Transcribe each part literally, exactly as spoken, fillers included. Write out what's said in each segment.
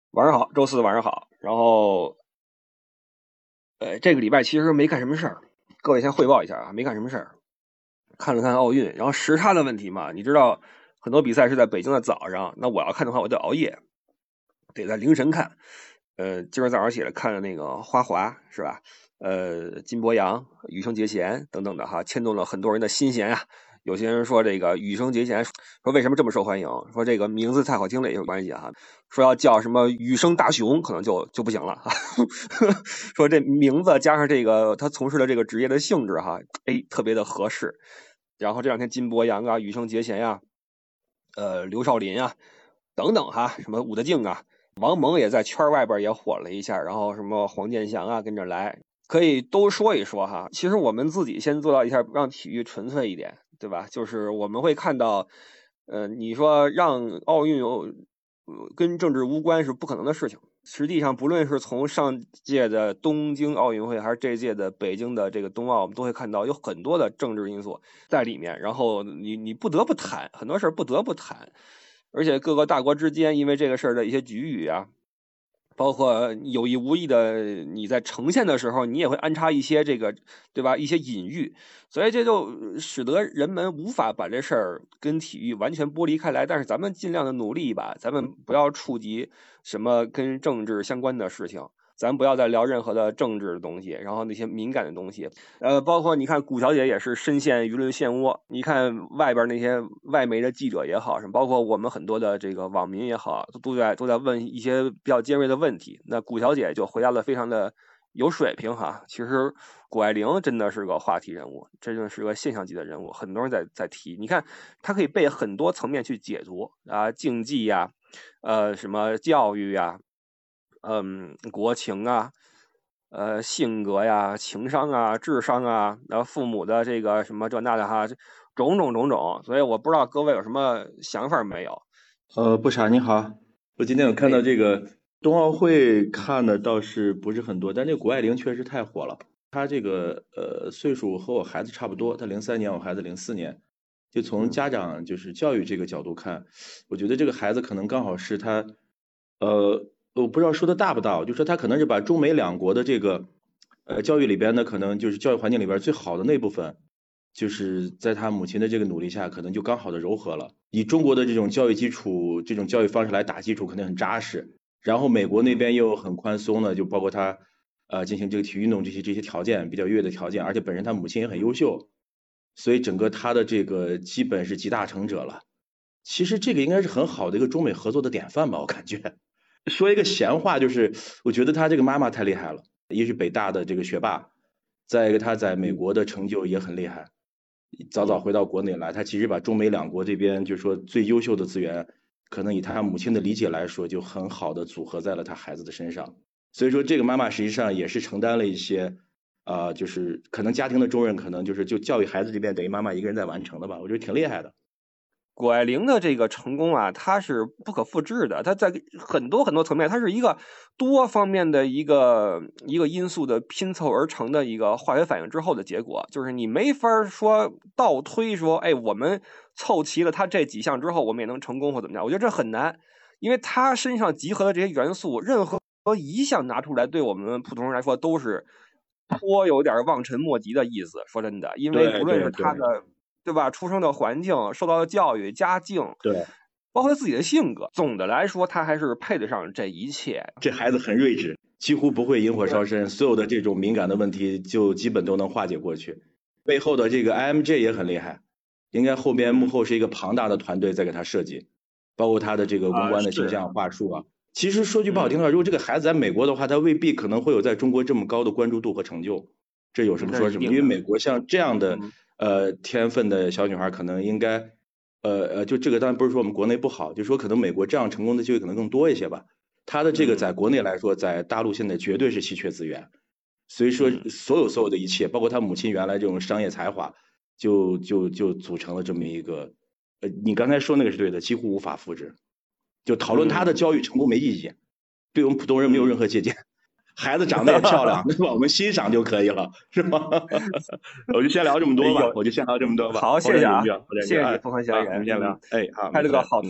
晚上好，周四晚上好。然后，呃，这个礼拜其实没干什么事儿，各位先汇报一下啊，没干什么事儿，看了看奥运。然后时差的问题嘛，你知道很多比赛是在北京的早上，那我要看的话，我得熬夜，得在凌晨看。呃，今儿早上起来看了那个花滑是吧？呃，金博洋、羽生结弦等等的哈，牵动了很多人的心弦啊。有些人说这个羽生结弦说为什么这么受欢迎？说这个名字太好听了也有关系哈。说要叫什么羽生大雄可能就就不行了哈。说这名字加上这个他从事的这个职业的性质哈，哎，特别的合适。然后这两天金博洋啊、羽生结弦呀、呃刘少林啊等等哈，什么武德敬啊。王蒙也在圈外边也火了一下，然后什么黄健翔啊跟着来，可以都说一说哈。其实我们自己先做到一下，让体育纯粹一点，对吧？就是我们会看到，呃，你说让奥运有、呃、跟政治无关是不可能的事情。实际上，不论是从上届的东京奥运会，还是这届的北京的这个冬奥，我们都会看到有很多的政治因素在里面。然后你你不得不谈很多事儿，不得不谈。而且各个大国之间因为这个事儿的一些局域啊，包括有意无意的你在呈现的时候，你也会安插一些这个，对吧？一些隐喻，所以这就使得人们无法把这事儿跟体育完全剥离开来。但是咱们尽量的努力吧，咱们不要触及什么跟政治相关的事情。咱不要再聊任何的政治的东西，然后那些敏感的东西，呃，包括你看谷小姐也是深陷舆论漩涡。你看外边那些外媒的记者也好，什么包括我们很多的这个网民也好，都在都在问一些比较尖锐的问题。那谷小姐就回答的非常的有水平哈。其实谷爱凌真的是个话题人物，真的是个现象级的人物，很多人在在提。你看，她可以被很多层面去解读啊，竞技呀，呃，什么教育呀。嗯，国情啊，呃，性格呀，情商啊，智商啊，然后父母的这个什么这那的哈，种种种种。所以我不知道各位有什么想法没有？ 呃，不傻，你好，我今天有看到哎， 这个冬奥会，看的倒是不是很多，但这个谷爱凌确实太火了。她这个呃岁数和我孩子差不多，她零三年，我孩子零四年。就从嗯， 家长就是教育这个角度看，我觉得这个孩子可能刚好是他，呃，我不知道说的大不大，就说他可能是把中美两国的这个呃教育里边呢，可能就是教育环境里边最好的那部分。就是在他母亲的这个努力下，可能就刚好的糅合了。以中国的这种教育基础、这种教育方式来打基础，肯定很扎实。然后美国那边又很宽松的，就包括他呃进行这个体育运动这些这些条件比较优越的条件，而且本身他母亲也很优秀，所以整个他的这个基本是集大成者了。其实这个应该是很好的一个中美合作的典范吧，我感觉。说一个闲话，就是我觉得他这个妈妈太厉害了，一是北大的这个学霸，再一个他在美嗯国的成就也很厉害。早早嗯。 回到国内来，他其实把中美两国这边就是说最优秀的资源，可能以他母亲的理解来说，就很好的组合在了他孩子的身上。所以说，这个妈妈实际上也是承担了一些，呃，就是可能家庭的重任，可能就是就教育孩子这边等于妈妈一个人在完成的吧，我觉得挺厉害的。 谷爱凌的这个成功啊，它是不可复制的。它在很多很多层面，它是一个多方面的一个一个因素的拼凑而成的一个化学反应之后的结果。就是你没法说倒推说，哎，我们凑齐了它这几项之后，我们也能成功或怎么样。我觉得这很难，因为它身上集合的这些元素，任何一项拿出来，对我们普通人来说都是颇有点望尘莫及的意思。说真的，因为不对论是对对他的对吧？出生的环境、受到的教育、家境， 对， 包括他自己的性格，总的来说，他还是配得上这一切。 这孩子很睿智，几乎不会引火对， 烧身，所有的这种敏感的问题就基本都能化解过去。背后的这个 I M J 也很厉害，应该后边幕嗯后是一个庞大的团队在给他设计，包括他的这个公啊， 关的形是， 象话术啊。其实说句不好听嗯， 的话，如果这个孩子在美国的话，他未必可能会有在中国这么高的关注度和成就。这有什么那是说什么，因一定的。 为美国像这样的嗯呃天分的小女孩，可能应该呃呃，就这个当然不是说我们国内不好，就说可能美国这样成功的机会可能更多一些吧。他的这个在嗯国内来说，在大陆现在绝对是稀缺资源，所以说嗯， 所有所有的一切，包括他母亲原来这种商业才华，就就就组成了这么一个，呃，你刚才说那个是对的，几乎无法复制。就讨论他的嗯教育成功没意义，对我们普通人没有任嗯， 何借鉴。孩子长得也漂亮，对吧？我们欣赏就可以了，是吗？我就先聊这么多吧， 有我就先聊这么多吧， 好， 抛砖引玉， 谢谢啊， 抛砖引玉， 谢谢你， 哎风寒闲啊，我言。嗯， 们先聊，哎，好， 开了个没事，嗯。 好头儿。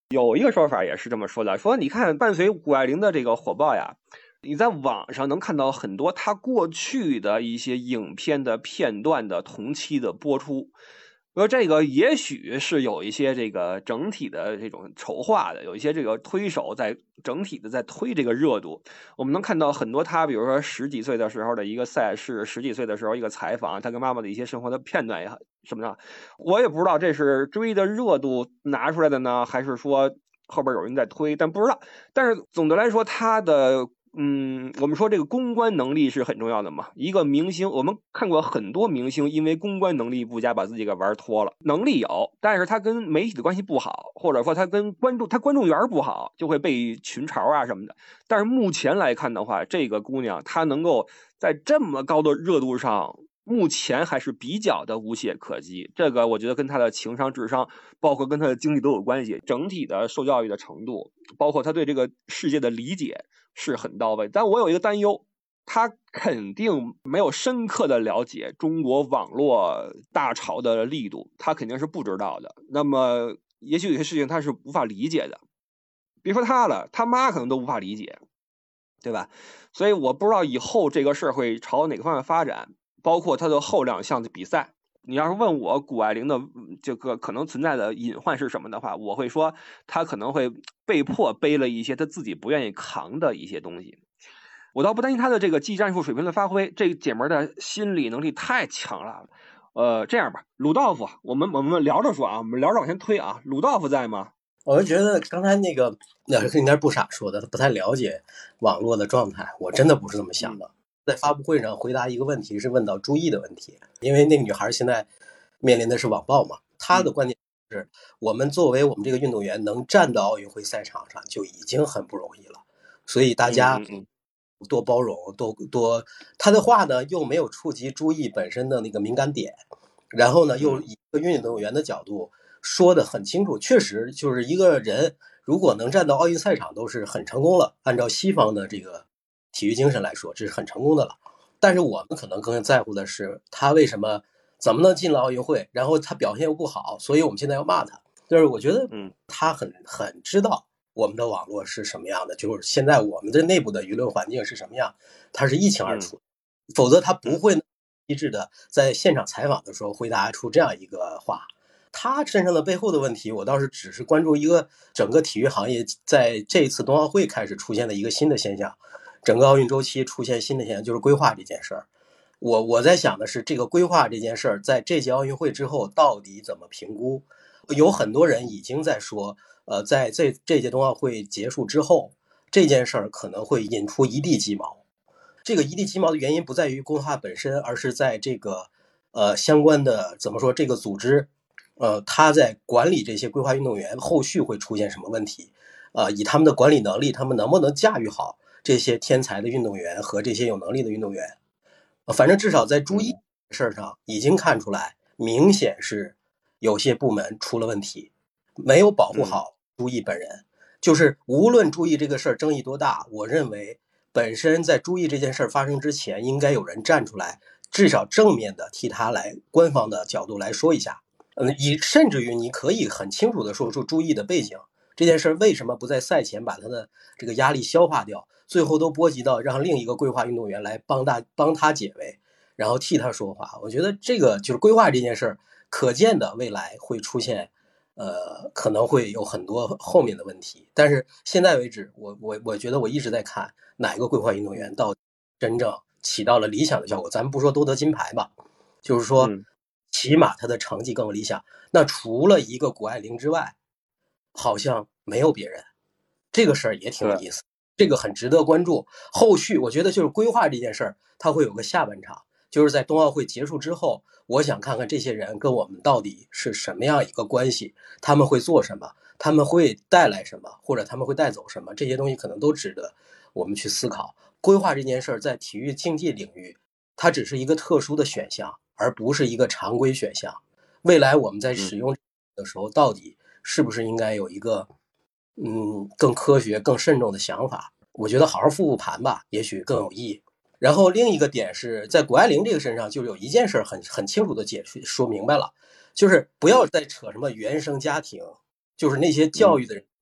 有一个说法也是这么说的，说你看伴随谷爱凌的这个火爆呀，你在网上能看到很多她过去的一些影片的片段的同期的播出。说这个也许是有一些这个整体的这种筹划的，有一些这个推手在整体的在推这个热度。我们能看到很多他比如说十几岁的时候的一个赛事，十几岁的时候一个采访，他跟妈妈的一些生活的片段也好什么的，我也不知道这是追的热度拿出来的呢，还是说后边有人在推，但不知道。但是总的来说，他的嗯，我们说这个公关能力是很重要的嘛。一个明星，我们看过很多明星因为公关能力不佳把自己给玩脱了。能力有，但是他跟媒体的关系不好，或者说他跟观众他观众缘不好，就会被群嘲啊什么的。但是目前来看的话，这个姑娘她能够在这么高的热度上，目前还是比较的无懈可击。这个我觉得跟她的情商、智商，包括跟她的经历都有关系。整体的受教育的程度，包括她对这个世界的理解是很到位。但我有一个担忧，他肯定没有深刻的了解中国网络大潮的力度，他肯定是不知道的。那么也许有些事情他是无法理解的，别说他了，他妈可能都无法理解，对吧？所以我不知道以后这个事儿会朝哪个方向发展，包括他的后两项的比赛。你要是问我谷爱凌的这个可能存在的隐患是什么的话，我会说他可能会被迫背了一些他自己不愿意扛的一些东西。我倒不担心他的这个技战术水平的发挥，这个姐们的心理能力太强了。呃，这样吧，鲁道夫，我们我们聊着说啊，我们聊着往前推啊。鲁道夫在吗？ 我就觉得刚才那个那应该是不傻说的，他不太了解网络的状态，我真的不是这么想的。在发布会上回答一个问题，是问到朱毅的问题，因为那个女孩现在面临的是网暴嘛，她的观点是我们作为我们这个运动员能站到奥运会赛场上就已经很不容易了，所以大家多包容，多多。他的话呢又没有触及朱毅本身的那个敏感点，然后呢又以一个运动员的角度说得很清楚，确实就是一个人如果能站到奥运赛场都是很成功了，按照西方的这个体育精神来说这是很成功的了。但是我们可能更在乎的是他为什么怎么能进了奥运会，然后他表现又不好，所以我们现在要骂他。就是我觉得他很很知道我们的网络是什么样的，就是现在我们的内部的舆论环境是什么样，他是一清二楚，否则他不会一致的在现场采访的时候回答出这样一个话。他身上的背后的问题，我倒是只是关注一个整个体育行业在这一次冬奥会开始出现的一个新的现象，整个奥运周期出现新的现象，就是规划这件事儿。我我在想的是，这个规划这件事儿在这届奥运会之后到底怎么评估？有很多人已经在说，呃，在这这届冬奥会结束之后，这件事儿可能会引出一地鸡毛。这个一地鸡毛的原因不在于规划本身，而是在这个呃相关的怎么说这个组织，呃，他在管理这些规划运动员后续会出现什么问题？呃，以他们的管理能力，他们能不能驾驭好这些天才的运动员和这些有能力的运动员？呃、反正至少在朱毅事儿上已经看出来，明显是有些部门出了问题，没有保护好朱毅本人。就是无论朱毅这个事儿争议多大，我认为本身在朱毅这件事儿发生之前，应该有人站出来，至少正面的替他来官方的角度来说一下。嗯，以甚至于你可以很清楚的说出朱毅的背景，这件事为什么不在赛前把他的这个压力消化掉，最后都波及到让另一个规划运动员来帮大帮他解围，然后替他说话。我觉得这个就是规划这件事，可见的未来会出现，呃，可能会有很多后面的问题。但是现在为止，我我我觉得我一直在看哪一个规划运动员到底真正起到了理想的效果。咱们不说都得金牌吧，就是说。嗯起码他的成绩更理想。那除了一个谷爱凌之外，好像没有别人。这个事儿也挺有意思，这个很值得关注。后续我觉得就是规划这件事儿，它会有个下半场，就是在冬奥会结束之后，我想看看这些人跟我们到底是什么样一个关系，他们会做什么，他们会带来什么，或者他们会带走什么，这些东西可能都值得我们去思考。规划这件事儿在体育竞技领域，它只是一个特殊的选项，而不是一个常规选项。未来我们在使用的时候，到底是不是应该有一个嗯更科学、更慎重的想法？我觉得好好复复盘吧，也许更有意义。然后另一个点是在谷爱凌这个身上，就有一件事很很清楚的解释说明白了，就是不要再扯什么原生家庭，就是那些教育的人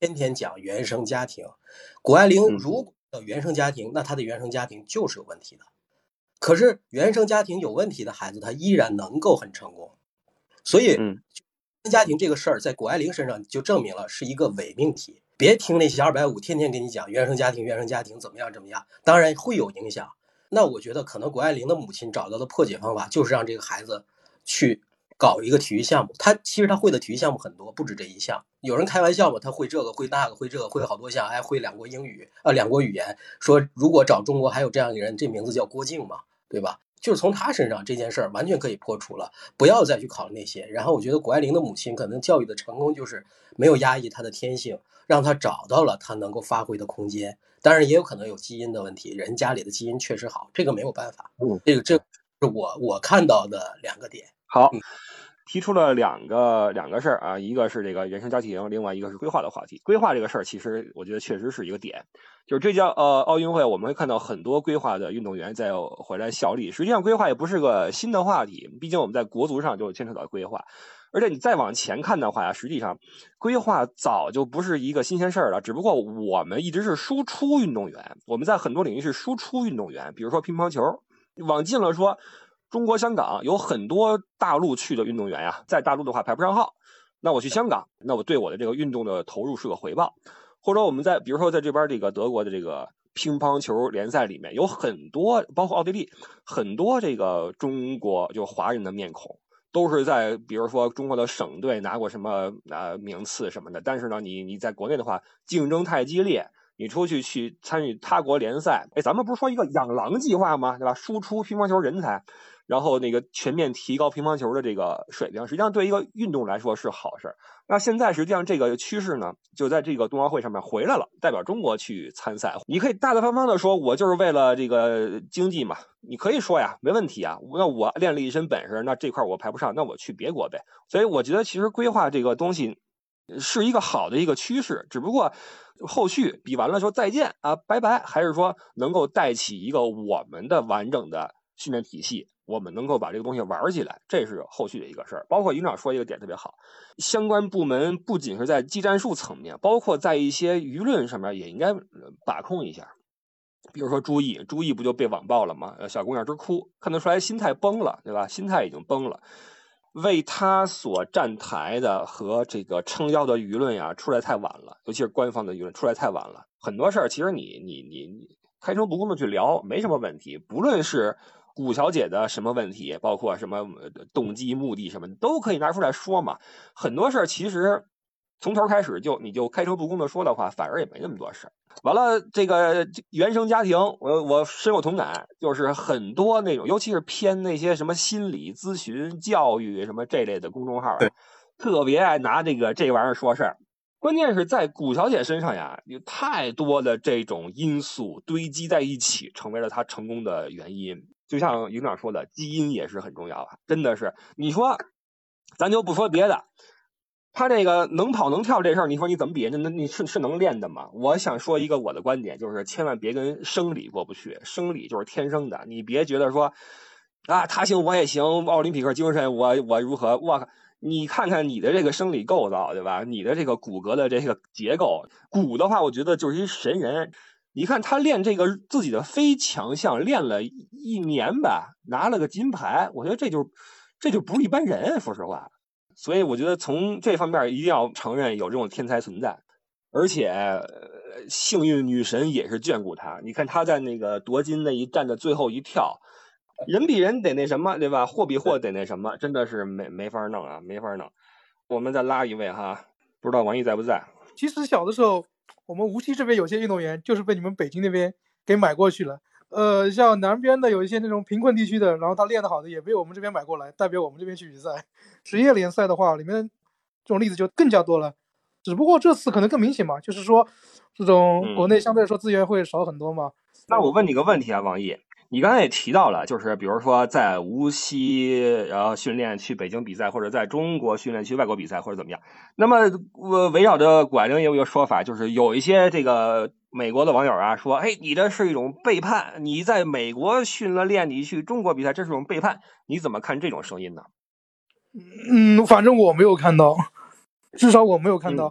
天天讲原生家庭。谷爱凌如果的原生家庭，那她的原生家庭就是有问题的。可是原生家庭有问题的孩子，他依然能够很成功。所以，原生家庭这个事儿，在谷爱凌身上就证明了是一个伪命题。别听那些二百五天天跟你讲原生家庭，原生家庭怎么样怎么样，当然会有影响。那我觉得可能谷爱凌的母亲找到的破解方法，就是让这个孩子去搞一个体育项目。他其实他会的体育项目很多，不止这一项。有人开玩笑嘛，他会这个会那个会这个会好多项，哎，会两国英语啊、呃，两国语言。说如果找中国还有这样一个人，这名字叫郭靖嘛，对吧？就是从他身上这件事儿完全可以破除了，不要再去考虑那些。然后我觉得谷爱凌的母亲可能教育的成功就是没有压抑他的天性，让他找到了他能够发挥的空间。当然也有可能有基因的问题，人家里的基因确实好，这个没有办法。嗯，这个这是我我看到的两个点。 好。嗯，提出了两个两个事儿啊，一个是这个原生家庭，另外一个是规划的话题。规划这个事儿，其实我觉得确实是一个点，就是这届呃奥运会，我们会看到很多规划的运动员在回来效力。实际上，规划也不是个新的话题，毕竟我们在国足上就牵扯到规划。而且你再往前看的话呀，实际上规划早就不是一个新鲜事儿了，只不过我们一直是输出运动员，我们在很多领域是输出运动员，比如说乒乓球，往近了说。中国香港有很多大陆去的运动员呀，在大陆的话排不上号，那我去香港，那我对我的这个运动的投入是个回报。或者我们在比如说在这边这个德国的这个乒乓球联赛里面有很多，包括奥地利很多这个中国就华人的面孔，都是在比如说中国的省队拿过什么呃名次什么的，但是呢你你在国内的话竞争太激烈，你出去去参与他国联赛，哎，咱们不是说一个养狼计划吗？对吧？输出乒乓球人才，然后那个全面提高乒乓球的这个水平，实际上对一个运动来说是好事。那现在实际上这个趋势呢，就在这个冬奥会上面回来了，代表中国去参赛。你可以大大方方的说，我就是为了这个经济嘛，你可以说呀，没问题啊。那我练了一身本事，那这块我排不上，那我去别国呗。所以我觉得其实规划这个东西是一个好的一个趋势，只不过后续比完了说再见啊，拜拜，还是说能够带起一个我们的完整的训练体系，我们能够把这个东西玩起来，这是后续的一个事儿。包括营长说一个点特别好，相关部门不仅是在技战术层面，包括在一些舆论上面也应该把控一下。比如说朱毅，朱毅不就被网暴了吗？小姑娘直哭，看得出来心态崩了，对吧？心态已经崩了。为他所站台的和这个撑腰的舆论呀，出来太晚了，尤其是官方的舆论出来太晚了。很多事儿其实你你你你开诚布公的去聊，没什么问题。不论是谷小姐的什么问题，包括什么动机、目的什么的，都可以拿出来说嘛。很多事儿其实从头开始就你就开诚布公的说的话，反而也没那么多事儿。完了，这个原生家庭，我我深有同感，就是很多那种，尤其是偏那些什么心理咨询、教育什么这类的公众号啊，特别爱拿这个这玩意儿说事儿。关键是在谷小姐身上呀，有太多的这种因素堆积在一起，成为了她成功的原因。就像营长说的，基因也是很重要啊，真的是。你说，咱就不说别的。他这个能跑能跳这事儿，你说你怎么比？那那你是是能练的吗？我想说一个我的观点，就是千万别跟生理过不去，生理就是天生的，你别觉得说啊他行我也行，奥林匹克精神我我如何？我靠，你看看你的这个生理构造，对吧？你的这个骨骼的这个结构，骨的话，我觉得就是一神人。你看他练这个自己的非强项，练了一年吧，拿了个金牌，我觉得这就这就不是一般人，说实话。所以我觉得从这方面一定要承认有这种天才存在，而且、呃、幸运女神也是眷顾他。你看他在那个夺金那一站的最后一跳，人比人得那什么，对吧？货比货得那什么，真的是没没法弄啊，没法弄。我们再拉一位哈，不知道王毅在不在？ 其实小的时候，我们无锡这边有些运动员就是被你们北京那边给买过去了。呃，像南边的有一些那种贫困地区的，然后他练得好的也被我们这边买过来，代表我们这边去比赛。职业联赛的话，里面这种例子就更加多了。只不过这次可能更明显嘛，就是说这种国内相对来说资源会少很多嘛。 嗯、那我问你个问题啊，王毅，你刚才也提到了，就是比如说在无锡然后训练去北京比赛，或者在中国训练去外国比赛，或者怎么样。那么呃，围绕着谷爱凌也有一个说法，就是有一些这个美国的网友啊说，哎，你这是一种背叛，你在美国训了练，你去中国比赛，这是一种背叛，你怎么看这种声音呢？ 嗯，反正我没有看到，至少我没有看到。嗯、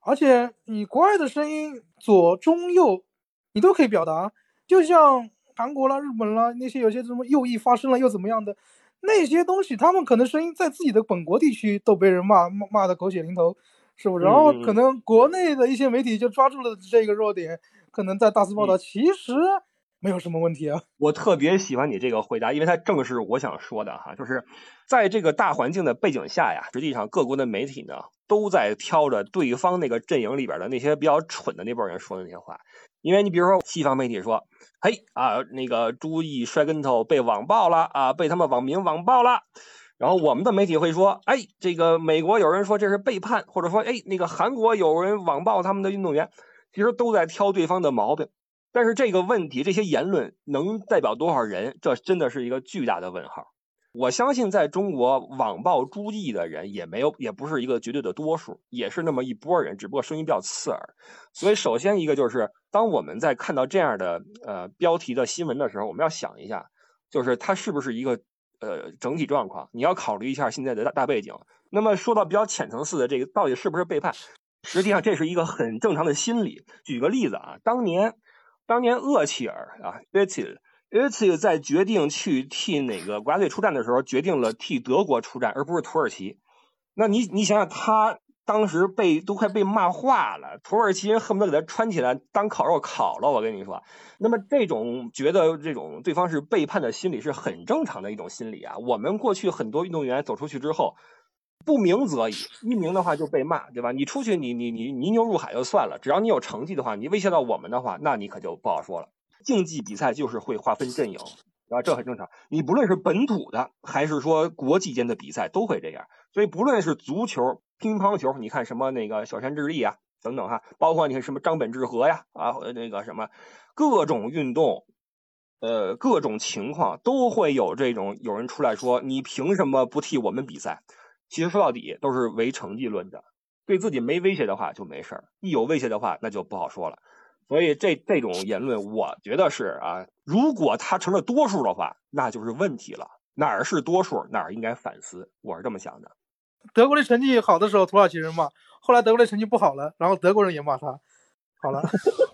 而且你国外的声音左中右你都可以表达，就像韩国啦、日本啦那些有些什么右翼发声了又怎么样的那些东西，他们可能声音在自己的本国地区都被人骂骂骂的狗血淋头，是不是？然后可能国内的一些媒体就抓住了这个弱点，可能在大肆报道，其实没有什么问题啊。 我特别喜欢你这个回答，因为它正是我想说的哈，就是在这个大环境的背景下呀，实际上各国的媒体呢都在挑着对方那个阵营里边的那些比较蠢的那波人说的那些话。因为你比如说西方媒体说，嘿啊，那个朱毅摔跟头被网暴了啊，被他们网民网暴了。然后我们的媒体会说，哎，这个美国有人说这是背叛，或者说，哎，那个韩国有人网暴他们的运动员，其实都在挑对方的毛病。但是这个问题，这些言论能代表多少人？这真的是一个巨大的问号。我相信在中国网暴朱毅的人也没有，也不是一个绝对的多数，也是那么一波人，只不过声音比较刺耳。所以首先一个就是，当我们在看到这样的呃标题的新闻的时候，我们要想一下，就是它是不是一个呃整体状况？你要考虑一下现在的大大背景。那么说到比较浅层次的这个，到底是不是背叛？实际上这是一个很正常的心理。举个例子啊，当年。当年厄齐尔啊，厄齐尔，厄齐尔在决定去替哪个国家队出战的时候，决定了替德国出战，而不是土耳其。那你你想想，他当时被都快被骂化了，土耳其人恨不得给他穿起来当烤肉烤了。我跟你说，那么这种觉得这种对方是背叛的心理是很正常的一种心理啊。我们过去很多运动员走出去之后。不鸣则已，一鸣的话就被骂，对吧？你出去你你你泥牛入海就算了，只要你有成绩的话，你威胁到我们的话，那你可就不好说了。竞技比赛就是会划分阵营，啊，这很正常。你不论是本土的还是说国际间的比赛都会这样，所以不论是足球、乒乓球，你看什么那个小山智力啊等等哈，包括你看什么张本智和呀啊那个什么各种运动。呃，各种情况都会有这种有人出来说，你凭什么不替我们比赛？其实说到底都是唯成绩论的，对自己没威胁的话就没事儿，一有威胁的话那就不好说了。所以这这种言论，我觉得是啊，如果他成了多数的话，那就是问题了。哪儿是多数，哪儿应该反思，我是这么想的。 德国的成绩好的时候，土耳其人骂；后来德国的成绩不好了，然后德国人也骂他。好了，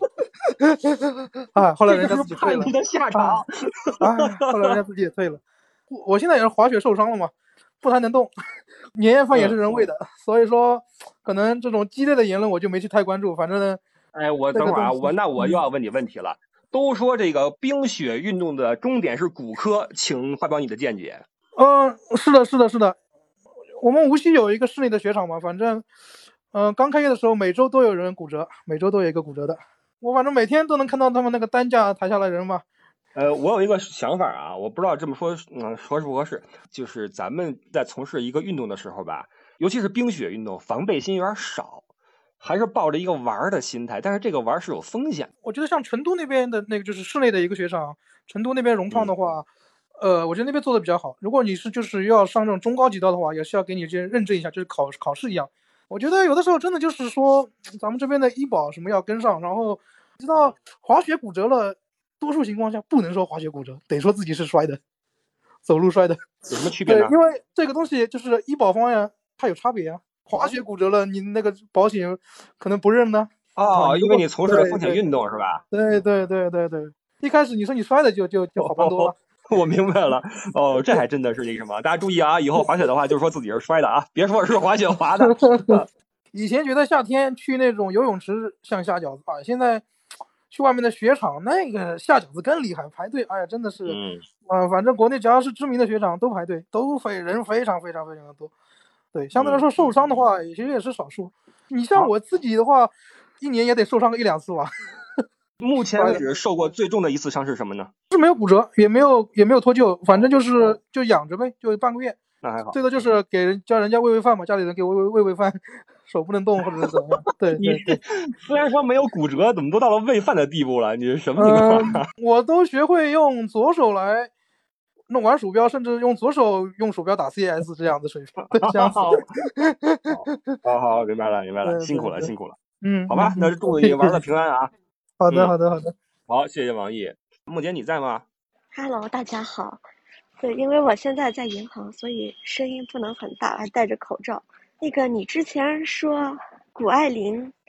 啊，后来人家自己退了。 这是叛徒的下场。 啊，后来人家自己也退了。我现在也是滑雪受伤了嘛，不太能动，年夜饭也是人喂的，嗯、所以说可能这种激烈的言论我就没去太关注。反正呢， 哎，我等会儿啊，我那我又要问你问题了。嗯、都说这个冰雪运动的终点是骨科，请发表你的见解。 嗯、呃，是的，是的，是的。我们无锡有一个室内的雪场嘛，反正，嗯、呃，刚开业的时候每周都有人骨折，每周都有一个骨折的。我反正每天都能看到他们那个担架抬下来人嘛。 呃，我有一个想法啊，我不知道这么说，嗯，合适不合适。就是咱们在从事一个运动的时候吧，尤其是冰雪运动，防备心有点少，还是抱着一个玩的心态。但是这个玩是有风险。 我觉得像成都那边的那个就是室内的一个雪场，成都那边融创的话，嗯、呃，我觉得那边做的比较好。如果你是就是要上这种中高级道的话，也是要给你这认证一下，就是考考试一样。我觉得有的时候真的就是说，咱们这边的医保什么要跟上，然后知道滑雪骨折了。多数情况下不能说滑雪骨折，得说自己是摔的，走路摔的。 有什么区别呢？ 对，因为这个东西就是医保方面它有差别啊。滑雪骨折了，你那个保险可能不认呢。 哦，因为你从事了风险运动是吧？ 对对对对对，一开始你说你摔的就就就好办多了。 哦我明白了，哦，这还真的是那什么，大家注意啊，以后滑雪的话就说自己是摔的啊，别说是滑雪滑的。 以前觉得夏天去那种游泳池像下饺子啊，现在。去外面的雪场，那个下饺子更厉害，排队，哎呀，真的是，嗯，呃，反正国内只要是知名的雪场都排队，都非人非常非常非常的多。对，相对来说受伤的话，其实也是少数。你像我自己的话，一年也得受伤个一两次吧。 目前为止受过最重的一次伤是什么呢？ 是没有骨折，也没有也没有脱臼，反正就是就养着呗，就半个月。 那还好。 最多就是给人叫人家喂喂饭嘛，家里人给我喂喂喂饭，手不能动或者是怎么样。对对对， 虽然说没有骨折，怎么都到了喂饭的地步了？你是什么情况、 呃？我都学会用左手来弄玩鼠标，甚至用左手用鼠标打 C S 这样的水平。这样子。 好好，明白了明白了，辛苦了辛苦了。 嗯， 好吧，那祝你玩的平安啊。 好的好的好的。 好，谢谢王毅。木姐你在吗 ？Hello， 大家好。对，因为我现在在银行，所以声音不能很大，还戴着口罩。那个，你之前说谷爱凌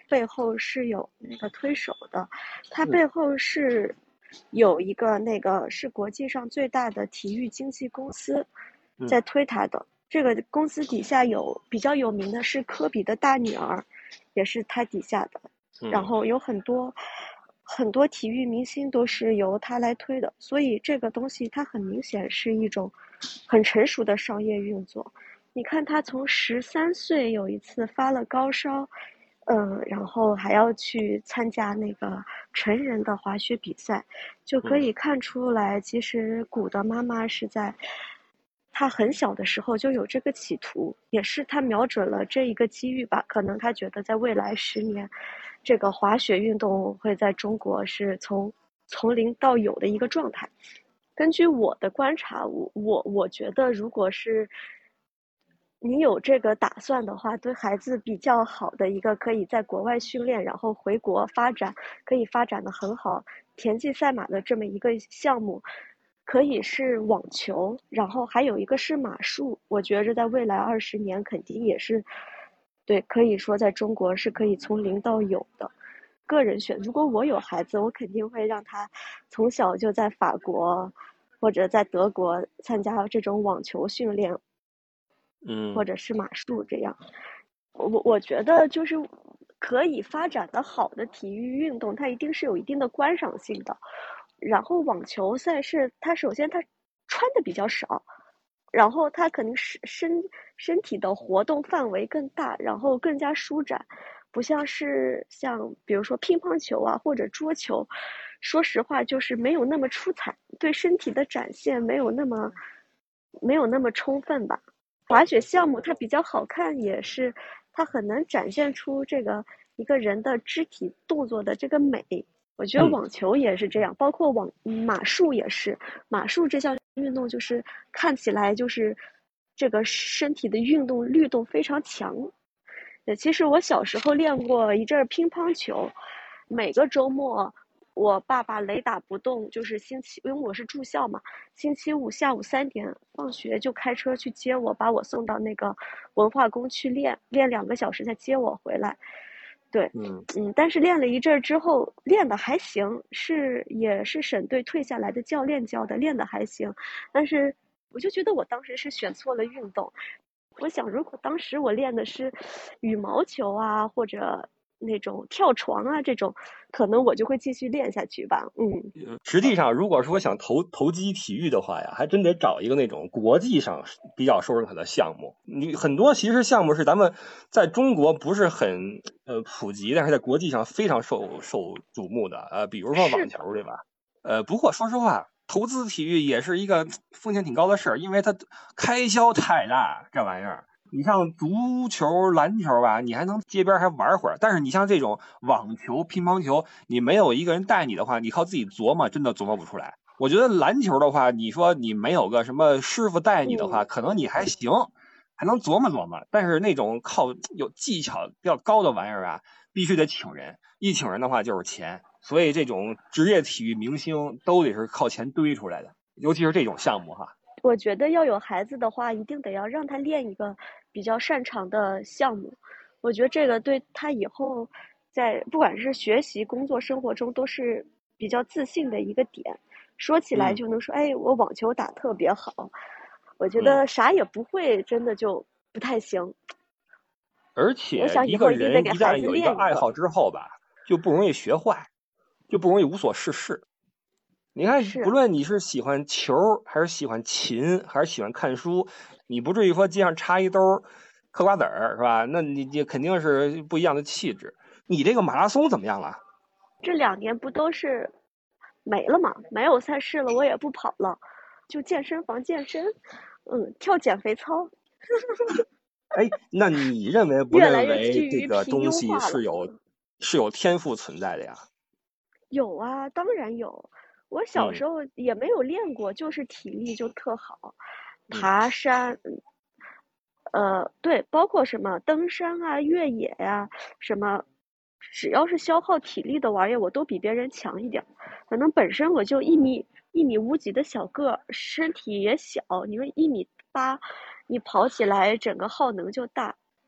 背后是有那个推手的，它背后是有一个那个是国际上最大的体育经纪公司在推它的。这个公司底下有比较有名的是科比的大女儿，也是他底下的，然后有很多很多体育明星都是由他来推的，所以这个东西它很明显是一种很成熟的商业运作。你看他从十三岁有一次发了高烧，嗯，然后还要去参加那个成人的滑雪比赛，就可以看出来，其实古的妈妈是在他很小的时候就有这个企图，也是他瞄准了这一个机遇吧。可能他觉得在未来十年，这个滑雪运动会在中国是从从零到有的一个状态。根据我的观察，我我我觉得，如果是你有这个打算的话，对孩子比较好的一个可以在国外训练，然后回国发展，可以发展的很好，田忌赛马的这么一个项目。可以是网球，然后还有一个是马术，我觉着在未来二十年肯定也是，对，可以说在中国是可以从零到有的。个人选，如果我有孩子，我肯定会让他从小就在法国或者在德国参加这种网球训练， 嗯， 或者是马术这样。我我觉得就是可以发展的好的体育运动，它一定是有一定的观赏性的。然后网球赛事，它首先它穿的比较少，然后它肯定是身身体的活动范围更大，然后更加舒展，不像是像比如说乒乓球啊或者桌球，说实话就是没有那么出彩，对身体的展现没有那么没有那么充分吧。滑雪项目它比较好看，也是它很能展现出这个一个人的肢体动作的这个美。我觉得网球也是这样，包括网马术也是，马术这项运动就是看起来就是这个身体的运动律动非常强。其实我小时候练过一阵乒乓球，每个周末我爸爸雷打不动，就是星期，因为我是住校嘛，星期五下午三点放学就开车去接我，把我送到那个文化宫去练，练两个小时再接我回来。对，嗯嗯，但是练了一阵之后，练的还行，是也是省队退下来的教练教的，练的还行。但是我就觉得我当时是选错了运动。我想，如果当时我练的是羽毛球啊，或者那种跳床啊这种，可能我就会继续练下去吧。嗯， 实际上，如果说想投投机体育的话呀，还真得找一个那种国际上比较受认可的项目。你很多其实项目是咱们在中国不是很呃普及，但是在国际上非常受受瞩目的。呃，比如说网球，对吧？呃，不过说实话，投资体育也是一个风险挺高的事儿，因为它开销太大，这玩意儿。你像足球、篮球吧，你还能街边还玩会儿，但是你像这种网球、乒乓球，你没有一个人带你的话，你靠自己琢磨，真的琢磨不出来。我觉得篮球的话，你说你没有个什么师傅带你的话，可能你还行，还能琢磨琢磨。但是那种靠有技巧比较高的玩意儿啊，必须得请人，一请人的话就是钱。所以这种职业体育明星都得是靠钱堆出来的，尤其是这种项目哈。 我觉得要有孩子的话，一定得要让他练一个比较擅长的项目。我觉得这个对他以后在不管是学习、工作、生活中都是比较自信的一个点。说起来就能说，嗯、哎，我网球打特别好。我觉得啥也不会，真的就不太行。 而且一个人一旦有一个爱好之后吧，就不容易学坏，就不容易无所事事。你看，不论你是喜欢球，还是喜欢琴，还是喜欢看书，你不至于说街上插一兜嗑瓜子儿，是吧？那你你肯定是不一样的气质。你这个马拉松怎么样了？ 这两年不都是没了嘛？没有赛事了，我也不跑了，就健身房健身，嗯，跳减肥操。 哎，那你认为不认为这个东西是有是有天赋存在的呀？ 有啊，当然有。我小时候也没有练过，嗯、就是体力就特好，爬山，嗯、呃，对，包括什么登山啊、越野呀、啊，什么，只要是消耗体力的玩意儿，我都比别人强一点。可能本身我就一米一米五几的小个，身体也小，你说一米八，你跑起来整个耗能就大。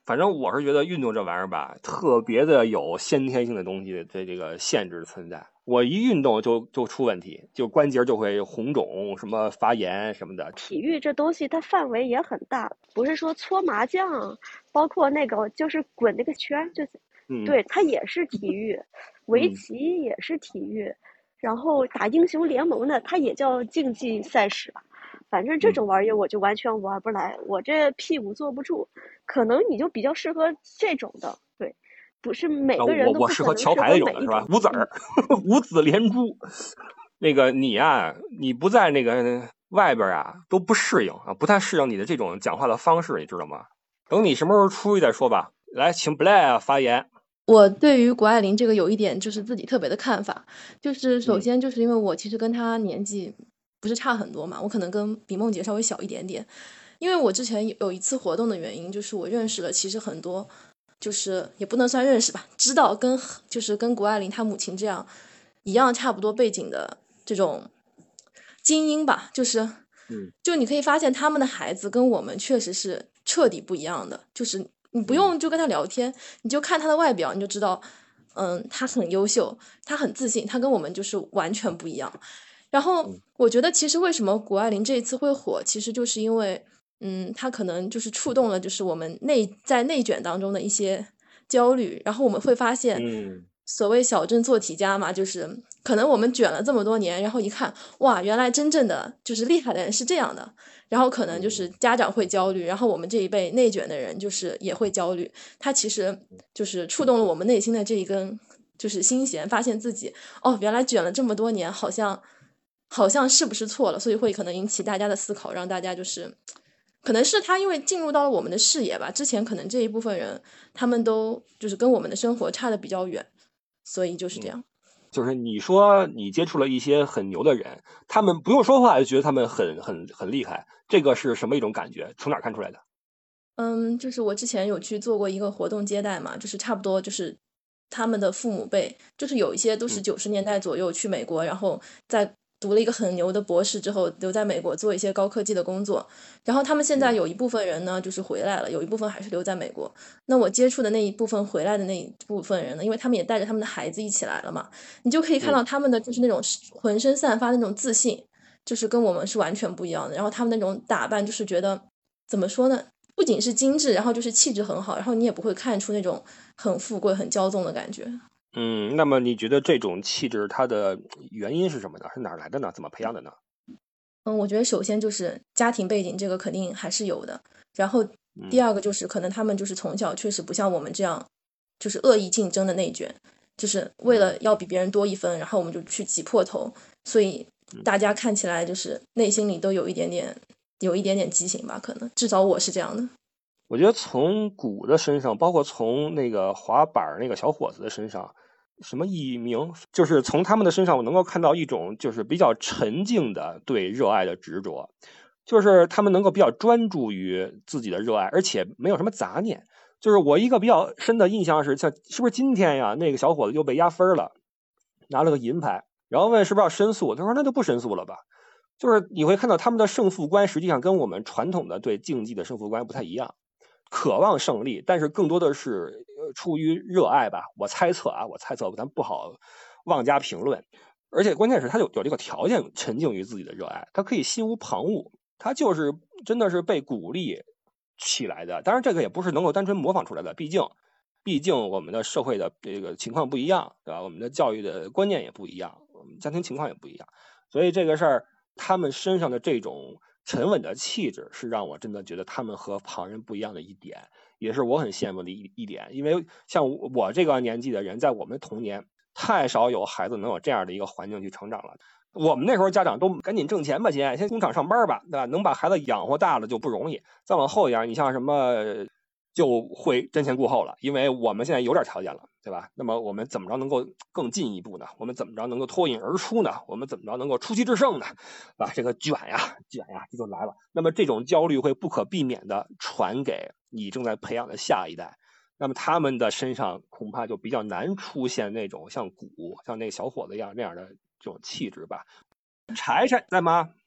反正我是觉得运动这玩意儿吧，特别的有先天性的东西的这个限制存在。我一运动就就出问题，就关节就会红肿，什么发炎什么的。 体育这东西它范围也很大，不是说搓麻将，包括那个就是滚那个圈，就是， 嗯， 对，它也是体育，围棋也是体育，然后打英雄联盟的它也叫竞技赛事吧。反正这种玩意儿我就完全玩不来，我这屁股坐不住。可能你就比较适合这种的，对，不是每个人都我我适合桥牌那种的是吧？五子儿，五子连珠。那个你啊，你不在那个外边啊，都不适应啊，不太适应你的这种讲话的方式，你知道吗？等你什么时候出去再说吧。来，请 Blair 发言。 我对于谷爱凌这个有一点就是自己特别的看法，就是首先就是因为我其实跟她年纪不是差很多嘛，我可能跟比梦洁稍微小一点点。因为我之前有一次活动的原因，就是我认识了其实很多，就是也不能算认识吧，知道跟就是跟谷爱凌她母亲这样一样差不多背景的这种精英吧，就是就你可以发现他们的孩子跟我们确实是彻底不一样的，就是你不用就跟他聊天，你就看他的外表你就知道，嗯，他很优秀，他很自信，他跟我们就是完全不一样。然后我觉得其实为什么谷爱凌这一次会火，其实就是因为嗯，他可能就是触动了就是我们内在内卷当中的一些焦虑，然后我们会发现所谓小镇做题家嘛，就是可能我们卷了这么多年，然后一看哇，原来真正的就是厉害的人是这样的，然后可能就是家长会焦虑，然后我们这一辈内卷的人就是也会焦虑，他其实就是触动了我们内心的这一根就是心弦，发现自己哦，原来卷了这么多年好像好像是不是错了，所以会可能引起大家的思考，让大家就是可能是他因为进入到了我们的视野吧，之前可能这一部分人他们都就是跟我们的生活差的比较远，所以就是这样、嗯、 就是你说你接触了一些很牛的人，他们不用说话就觉得他们很很很厉害，这个是什么一种感觉？从哪看出来的？ 嗯，就是我之前有去做过一个活动接待嘛，就是差不多就是他们的父母辈，就是有一些都是九十年代左右去美国、嗯、然后在读了一个很牛的博士之后留在美国做一些高科技的工作，然后他们现在有一部分人呢就是回来了，有一部分还是留在美国。那我接触的那一部分回来的那一部分人呢，因为他们也带着他们的孩子一起来了嘛，你就可以看到他们的就是那种浑身散发的那种自信，就是跟我们是完全不一样的。然后他们那种打扮就是觉得怎么说呢，不仅是精致，然后就是气质很好，然后你也不会看出那种很富贵很骄纵的感觉。 嗯，那么你觉得这种气质它的原因是什么呢？是哪儿来的呢？怎么培养的呢？ 嗯，我觉得首先就是家庭背景，这个肯定还是有的。然后第二个就是可能他们就是从小确实不像我们这样，就是恶意竞争的内卷，就是为了要比别人多一分，然后我们就去挤破头，所以大家看起来就是内心里都有一点点有一点点畸形吧，可能至少我是这样的。 我觉得从谷的身上，包括从那个滑板那个小伙子的身上，什么一鸣，就是从他们的身上我能够看到一种就是比较沉静的对热爱的执着，就是他们能够比较专注于自己的热爱，而且没有什么杂念。就是我一个比较深的印象是，像是不是今天呀，那个小伙子又被压分了，拿了个银牌，然后问是不是要申诉，他说那就不申诉了吧。就是你会看到他们的胜负观实际上跟我们传统的对竞技的胜负观不太一样，渴望胜利，但是更多的是出于热爱吧。我猜测啊，我猜测，咱不好妄加评论。而且关键是他有有这个条件，沉浸于自己的热爱，他可以心无旁骛，他就是真的是被鼓励起来的。当然，这个也不是能够单纯模仿出来的，毕竟，毕竟我们的社会的这个情况不一样，对吧？我们的教育的观念也不一样，我们家庭情况也不一样，所以这个事儿，他们身上的这种沉稳的气质是让我真的觉得他们和旁人不一样的一点，也是我很羡慕的一一点。因为像我这个年纪的人，在我们童年太少有孩子能有这样的一个环境去成长了。我们那时候家长都赶紧挣钱吧，先先工厂上班吧，对吧？能把孩子养活大了就不容易。再往后一点，你像什么就会瞻前顾后了，因为我们现在有点条件了，对吧？那么我们怎么着能够更进一步呢？我们怎么着能够脱颖而出呢？我们怎么着能够出奇制胜呢？啊，这个卷呀卷呀这就来了。那么这种焦虑会不可避免的传给你正在培养的下一代，那么他们的身上恐怕就比较难出现那种像谷像那个小伙子一样那样的这种气质吧。柴柴在吗？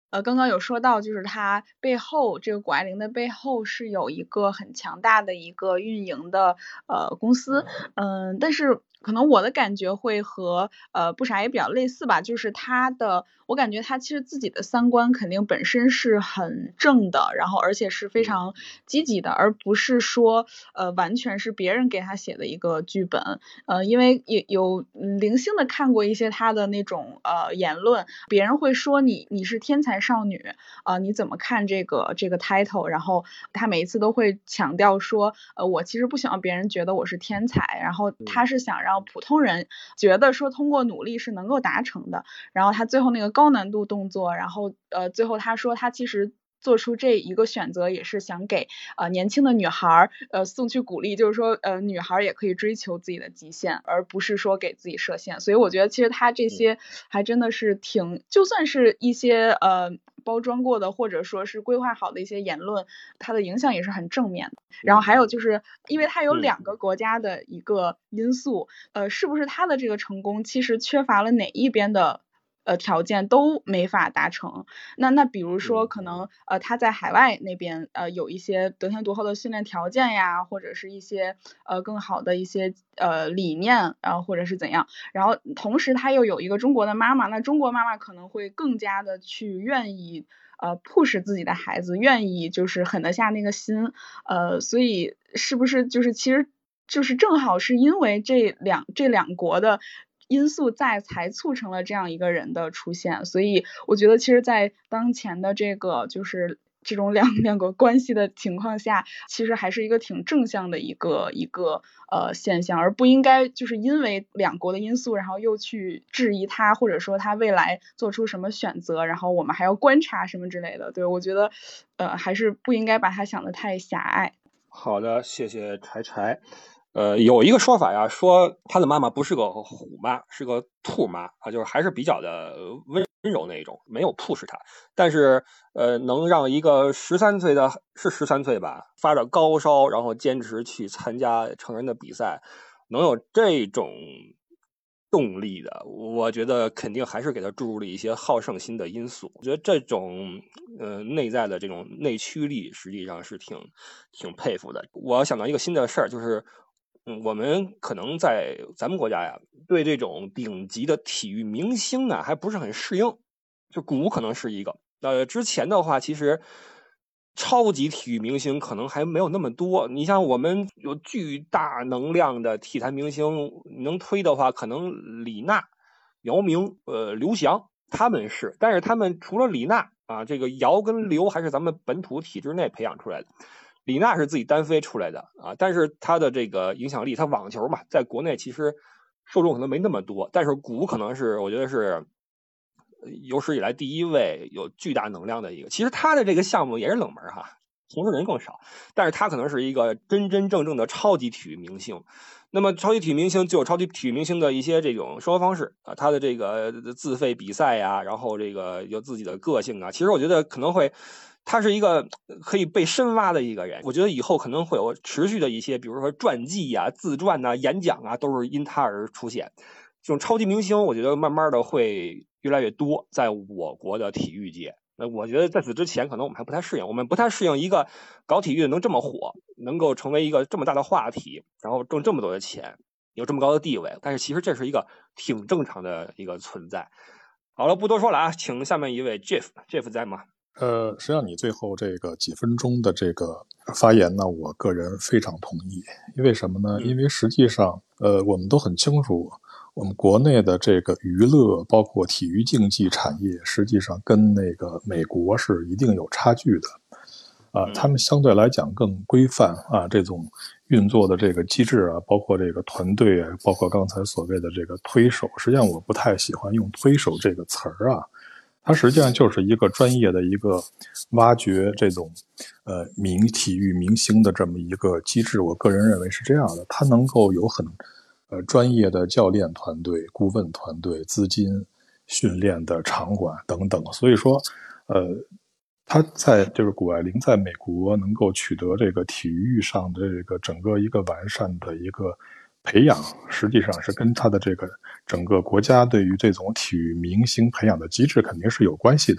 呃，刚刚有说到，就是它背后这个谷爱凌的背后是有一个很强大的一个运营的呃公司，嗯、呃，但是可能我的感觉会和呃不傻也比较类似吧，就是他的，我感觉他其实自己的三观肯定本身是很正的，然后而且是非常积极的，而不是说呃完全是别人给他写的一个剧本，呃，因为有有零星的看过一些他的那种呃言论，别人会说你你是天才少女啊、呃，你怎么看这个这个 title？ 然后他每一次都会强调说，呃，我其实不想让别人觉得我是天才，然后他是想让普通人觉得说通过努力是能够达成的。然后他最后那个高难度动作，然后呃，最后他说他其实做出这一个选择也是想给呃年轻的女孩呃送去鼓励，就是说呃女孩也可以追求自己的极限，而不是说给自己设限。所以我觉得其实他这些还真的是挺，就算是一些呃包装过的或者说是规划好的一些言论，它的影响也是很正面的。然后还有就是因为它有两个国家的一个因素，呃是不是它的这个成功其实缺乏了哪一边的呃条件都没法达成。那那比如说可能呃他在海外那边呃有一些得天独厚的训练条件呀，或者是一些呃更好的一些呃理念，然后或者是怎样，然后同时他又有一个中国的妈妈，那中国妈妈可能会更加的去愿意呃 push 自己的孩子，愿意就是狠得下那个心，呃所以是不是就是其实就是正好是因为这两这两国的因素在，才促成了这样一个人的出现。所以我觉得其实在当前的这个就是这种两两个关系的情况下，其实还是一个挺正向的一个一个呃现象，而不应该就是因为两国的因素然后又去质疑他，或者说他未来做出什么选择，然后我们还要观察什么之类的。对，我觉得呃还是不应该把他想得太狭隘。 好的，谢谢柴柴。呃，有一个说法呀，说他的妈妈不是个虎妈，是个兔妈啊，就是还是比较的温柔那种，没有 push 他，但是呃，能让一个十三岁的是十三岁吧，发着高烧，然后坚持去参加成人的比赛，能有这种动力的，我觉得肯定还是给他注入了一些好胜心的因素。我觉得这种呃内在的这种内驱力，实际上是挺挺佩服的。我想到一个新的事儿，就是嗯，我们可能在咱们国家呀，对这种顶级的体育明星啊，还不是很适应。就谷可能是一个，呃，之前的话，其实超级体育明星可能还没有那么多。你像我们有巨大能量的体坛明星，能推的话，可能李娜、姚明、呃刘翔他们是，但是他们除了李娜啊，这个姚跟刘还是咱们本土体制内培养出来的。李娜是自己单飞出来的啊，但是她的这个影响力，她网球嘛，在国内其实受众可能没那么多，但是谷可能是我觉得是有史以来第一位有巨大能量的一个。其实他的这个项目也是冷门哈，从事人更少，但是他可能是一个真真正正的超级体育明星。那么超级体育明星就有超级体育明星的一些这种生活方式啊，他的这个自费比赛呀，然后这个有自己的个性啊，其实我觉得可能会。他是一个可以被深挖的一个人，我觉得以后可能会有持续的一些，比如说传记啊、自传啊、演讲啊，都是因他而出现。这种超级明星，我觉得慢慢的会越来越多，在我国的体育界。那我觉得在此之前，可能我们还不太适应，我们不太适应一个搞体育的能这么火，能够成为一个这么大的话题，然后挣这么多的钱，有这么高的地位。但是其实这是一个挺正常的一个存在。好了，不多说了啊，请下面一位 Jeff，Jeff 在吗？ 呃，实际上你最后这个几分钟的这个发言呢，我个人非常同意。因为什么呢？因为实际上，呃，我们都很清楚，我们国内的这个娱乐，包括体育竞技产业，实际上跟那个美国是一定有差距的。啊，他们相对来讲更规范啊，这种运作的这个机制啊，包括这个团队啊，包括刚才所谓的这个推手，实际上我不太喜欢用推手这个词儿啊。它实际上就是一个专业的一个挖掘这种呃名体育明星的这么一个机制，我个人认为是这样的，它能够有很呃专业的教练团队、顾问团队、资金、训练的场馆等等，所以说呃他在就是谷爱凌在美国能够取得这个体育上的这个整个一个完善的一个培养，实际上是跟他的这个整个国家对于这种体育明星培养的机制肯定是有关系的。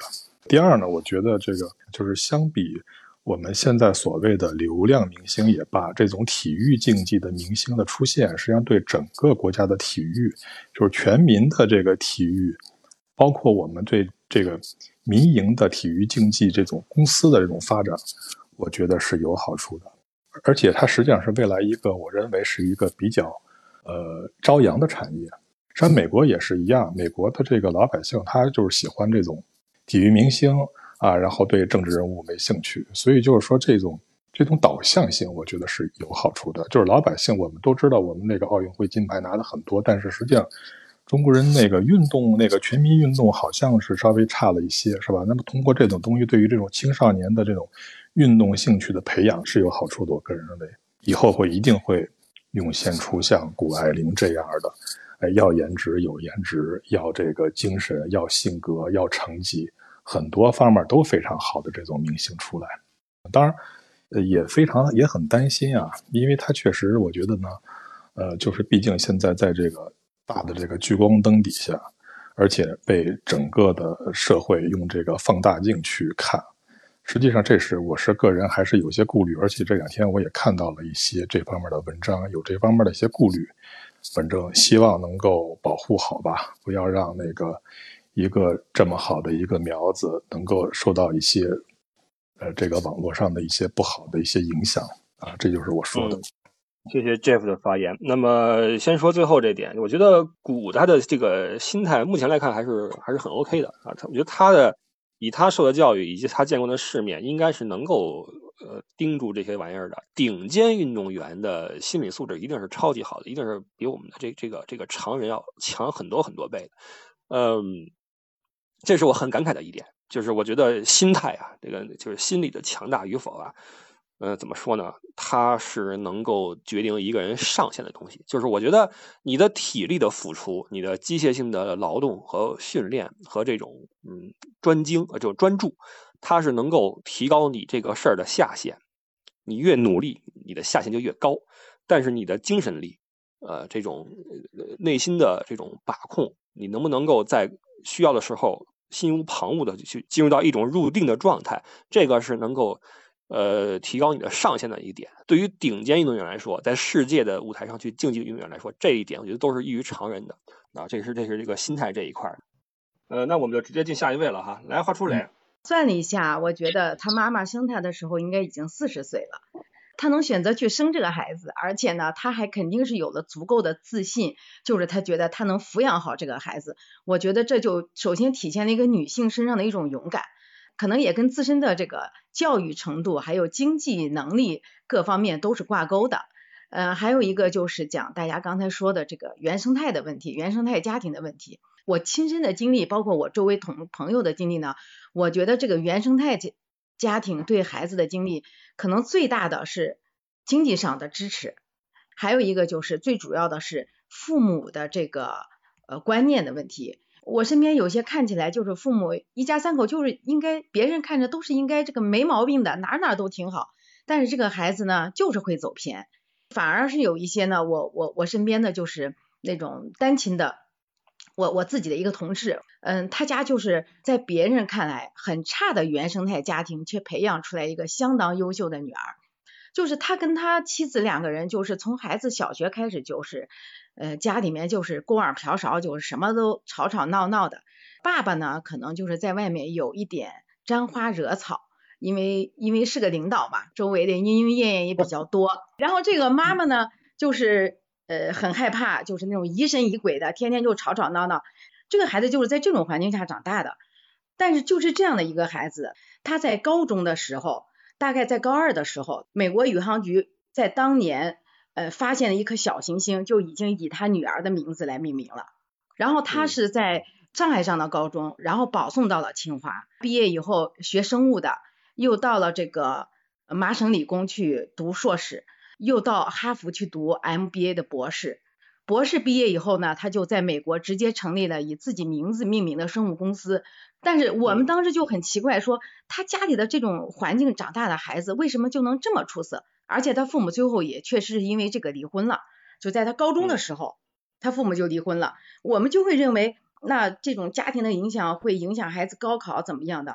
第二呢，我觉得这个就是相比我们现在所谓的流量明星也罢，这种体育竞技的明星的出现，实际上对整个国家的体育，就是全民的这个体育，包括我们对这个民营的体育竞技这种公司的这种发展，我觉得是有好处的。而且它实际上是未来一个我认为是一个比较呃朝阳的产业。实际上美国也是一样，美国的这个老百姓他就是喜欢这种体育明星啊，然后对政治人物没兴趣，所以就是说这种这种导向性我觉得是有好处的。就是老百姓我们都知道我们那个奥运会金牌拿的很多，但是实际上中国人那个运动那个全民运动好像是稍微差了一些，是吧？那么通过这种东西对于这种青少年的这种运动兴趣的培养是有好处的，我个人认为以后会一定会涌现出像谷爱凌这样的哎，要颜值有颜值，要这个精神，要性格，要成绩，很多方面都非常好的这种明星出来。当然也非常也很担心啊，因为他确实我觉得呢呃，就是毕竟现在在这个大的这个聚光灯底下，而且被整个的社会用这个放大镜去看，实际上这是我是个人还是有些顾虑，而且这两天我也看到了一些这方面的文章，有这方面的一些顾虑，反正希望能够保护好吧，不要让那个一个这么好的一个苗子能够受到一些呃这个网络上的一些不好的一些影响啊，这就是我说的。 嗯，谢谢 Jeff 的发言。那么先说最后这点，我觉得谷他的这个心态目前来看还是还是很 OK 的啊。他我觉得他的以他受的教育以及他见过的世面，应该是能够呃盯住这些玩意儿的。顶尖运动员的心理素质一定是超级好的，一定是比我们的这这个这个常人要强很多很多倍的。嗯，这是我很感慨的一点，就是我觉得心态啊，这个就是心理的强大与否啊。呃，怎么说呢？它是能够决定一个人上限的东西。就是我觉得你的体力的付出，你的机械性的劳动和训练和这种嗯专精呃这种专注，它是能够提高你这个事儿的下限。你越努力，你的下限就越高。但是你的精神力，呃，这种呃内心的这种把控，你能不能够在需要的时候心无旁骛的去进入到一种入定的状态，这个是能够。呃，提高你的上限的一点，对于顶尖运动员来说，在世界的舞台上去竞技运动员来说，这一点我觉得都是异于常人的啊。这是这是这个心态这一块。呃，那我们就直接进下一位了哈。来，华初磊。 算了一下，我觉得他妈妈生他的时候应该已经四十岁了。他能选择去生这个孩子，而且呢，他还肯定是有了足够的自信，就是他觉得他能抚养好这个孩子。我觉得这就首先体现了一个女性身上的一种勇敢。可能也跟自身的这个教育程度还有经济能力各方面都是挂钩的。呃，还有一个就是讲大家刚才说的这个原生态的问题，原生态家庭的问题。我亲身的经历，包括我周围同朋友的经历呢，我觉得这个原生态家庭对孩子的经历，可能最大的是经济上的支持，还有一个就是最主要的是父母的这个呃观念的问题。我身边有些看起来就是父母一家三口就是应该别人看着都是应该这个没毛病的，哪哪都挺好，但是这个孩子呢就是会走偏。反而是有一些呢，我我我身边的就是那种单亲的，我我自己的一个同事，嗯，他家就是在别人看来很差的原生态家庭，却培养出来一个相当优秀的女儿。就是他跟他妻子两个人，就是从孩子小学开始就是呃，家里面就是锅碗瓢勺，就是什么都吵吵闹闹的。爸爸呢，可能就是在外面有一点沾花惹草，因为因为是个领导嘛，周围的莺莺燕燕也比较多。然后这个妈妈呢，就是呃很害怕，就是那种疑神疑鬼的，天天就吵吵闹闹。这个孩子就是在这种环境下长大的。但是就是这样的一个孩子，他在高中的时候，大概在高二的时候，美国宇航局在当年呃，发现了一颗小行星，就已经以他女儿的名字来命名了。然后他是在上海上的高中，然后保送到了清华，毕业以后学生物的，又到了这个麻省理工去读硕士，又到哈佛去读 M B A 的博士。博士毕业以后呢，他就在美国直接成立了以自己名字命名的生物公司。但是我们当时就很奇怪，说他家里的这种环境长大的孩子为什么就能这么出色？而且他父母最后也确实是因为这个离婚了，就在他高中的时候，他父母就离婚了。我们就会认为那这种家庭的影响会影响孩子高考怎么样的，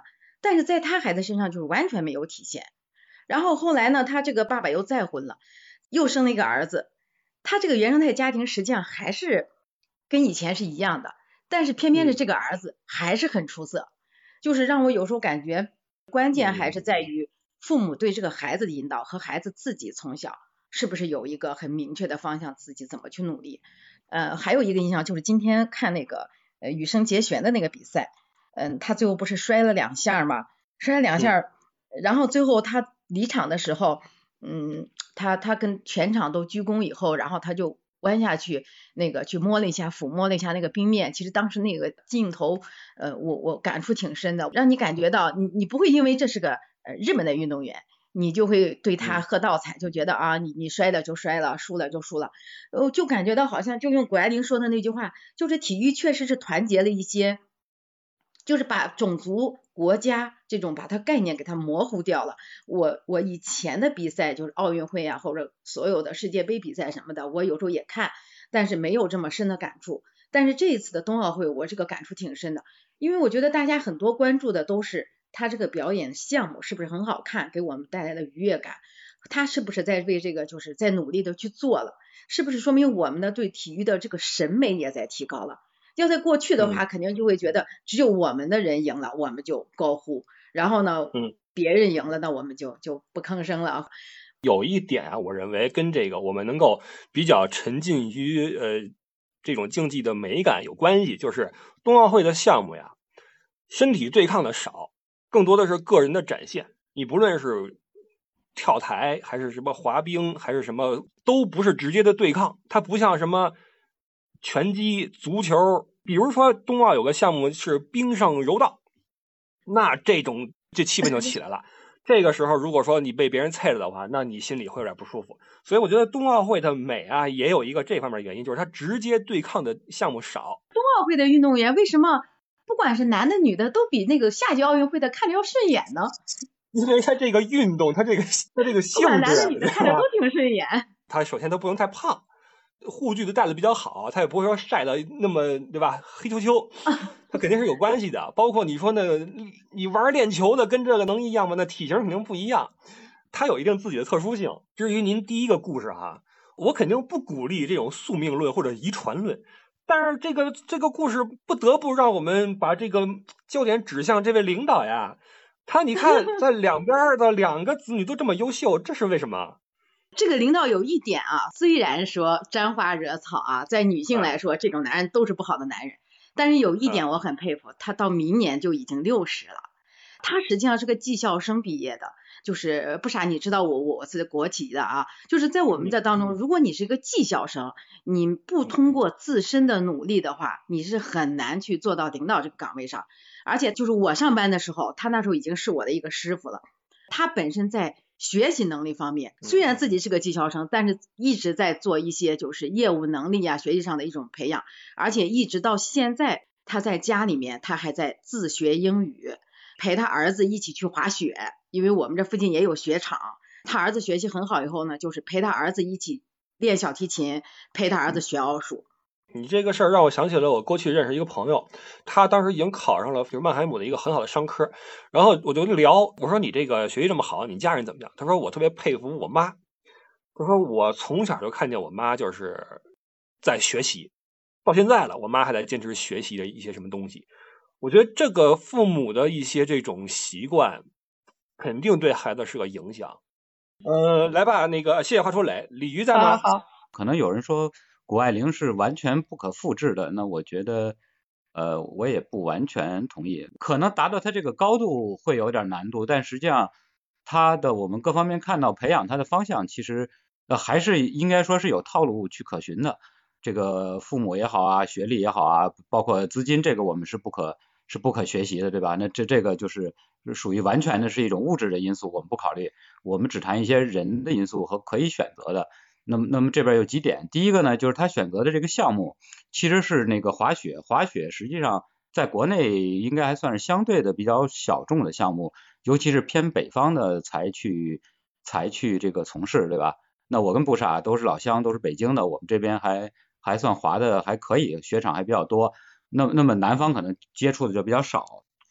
但是在他孩子身上就是完全没有体现。然后后来呢，他这个爸爸又再婚了，又生了一个儿子，他这个原生态家庭实际上还是跟以前是一样的，但是偏偏是这个儿子还是很出色，就是让我有时候感觉关键还是在于父母对这个孩子的引导和孩子自己从小是不是有一个很明确的方向，自己怎么去努力。呃，还有一个印象就是今天看那个呃羽生结弦的那个比赛，嗯、呃，他最后不是摔了两下吗？摔了两下，嗯、然后最后他离场的时候，嗯，他他跟全场都鞠躬以后，然后他就弯下去，那个去摸了一下，抚摸了一下那个冰面。其实当时那个镜头，呃，我我感触挺深的，让你感觉到你你不会因为这是个呃日本的运动员，你就会对他喝倒彩，就觉得啊，你你摔了就摔了，输了就输了，呃，就感觉到好像就用谷爱凌说的那句话，就是体育确实是团结了一些，就是把种族、国家这种把它概念给它模糊掉了。我我以前的比赛就是奥运会啊，或者所有的世界杯比赛什么的，我有时候也看，但是没有这么深的感触。但是这一次的冬奥会，我这个感触挺深的，因为我觉得大家很多关注的都是他这个表演项目是不是很好看，给我们带来的愉悦感，他是不是在为这个就是在努力的去做了，是不是说明我们的对体育的这个审美也在提高了。要在过去的话，肯定就会觉得只有我们的人赢了，我们就高呼，然后呢，嗯，别人赢了，那我们就就不吭声了。 有一点啊，我认为跟这个我们能够比较沉浸于呃这种竞技的美感有关系，就是冬奥会的项目呀，身体对抗的少，更多的是个人的展现。你不论是跳台还是什么滑冰还是什么，都不是直接的对抗，它不像什么拳击、足球，比如说冬奥有个项目是冰上柔道，那这种这气氛就起来了。这个时候如果说你被别人菜了的话，那你心里会有点不舒服。所以我觉得冬奥会的美啊，也有一个这方面的原因，就是它直接对抗的项目少。 冬奥会的运动员为什么不管是男的女的都比那个夏季奥运会的看着要顺眼呢？ 因为它这个运动，它这个它这个性质， 不管男的女的看着都挺顺眼。 它首先它不能太胖，护具都戴的比较好，它也不会说晒的那么对吧黑球球，它肯定是有关系的。包括你说那个你玩链球的跟这个能一样吗？那体型肯定不一样，它有一定自己的特殊性。至于您第一个故事哈，我肯定不鼓励这种宿命论或者遗传论，但是这个这个故事不得不让我们把这个焦点指向这位领导呀。他你看在两边的两个子女都这么优秀，这是为什么？ 这个领导有一点啊，虽然说沾花惹草啊，在女性来说，这种男人都是不好的男人，但是有一点我很佩服，他到明年就已经六十了。他实际上是个技校生毕业的，就是不傻，你知道我我是国企的啊，就是在我们这当中，如果你是一个技校生，你不通过自身的努力的话，你是很难去做到领导这个岗位上。而且就是我上班的时候，他那时候已经是我的一个师傅了，他本身在学习能力方面，虽然自己是个技校生，但是一直在做一些就是业务能力啊、学习上的一种培养，而且一直到现在，他在家里面他还在自学英语，陪他儿子一起去滑雪，因为我们这附近也有雪场。他儿子学习很好以后呢，就是陪他儿子一起练小提琴，陪他儿子学奥数。 你这个事儿让我想起了我过去认识一个朋友，他当时已经考上了就是曼海姆的一个很好的商科，然后我就聊，我说你这个学习这么好，你家人怎么样？他说我特别佩服我妈，他说我从小就看见我妈就是在学习，到现在了，我妈还在坚持学习的一些什么东西。我觉得这个父母的一些这种习惯，肯定对孩子是个影响。呃，来吧，那个谢谢华春磊，鲤鱼在吗？ 好，可能有人说谷爱凌是完全不可复制的，那我觉得呃我也不完全同意，可能达到他这个高度会有点难度，但实际上他的我们各方面看到培养他的方向其实呃还是应该说是有套路去可循的，这个父母也好啊，学历也好啊，包括资金，这个我们是不可是不可学习的，对吧？那这这个就是属于完全的是一种物质的因素，我们不考虑，我们只谈一些人的因素和可以选择的。那么那么这边有几点，第一个呢，就是他选择的这个项目其实是那个滑雪，滑雪实际上在国内应该还算是相对的比较小众的项目，尤其是偏北方的才去才去这个从事，对吧？那我跟布傻都是老乡，都是北京的，我们这边还还算滑的还可以，雪场还比较多。那那么南方可能接触的就比较少，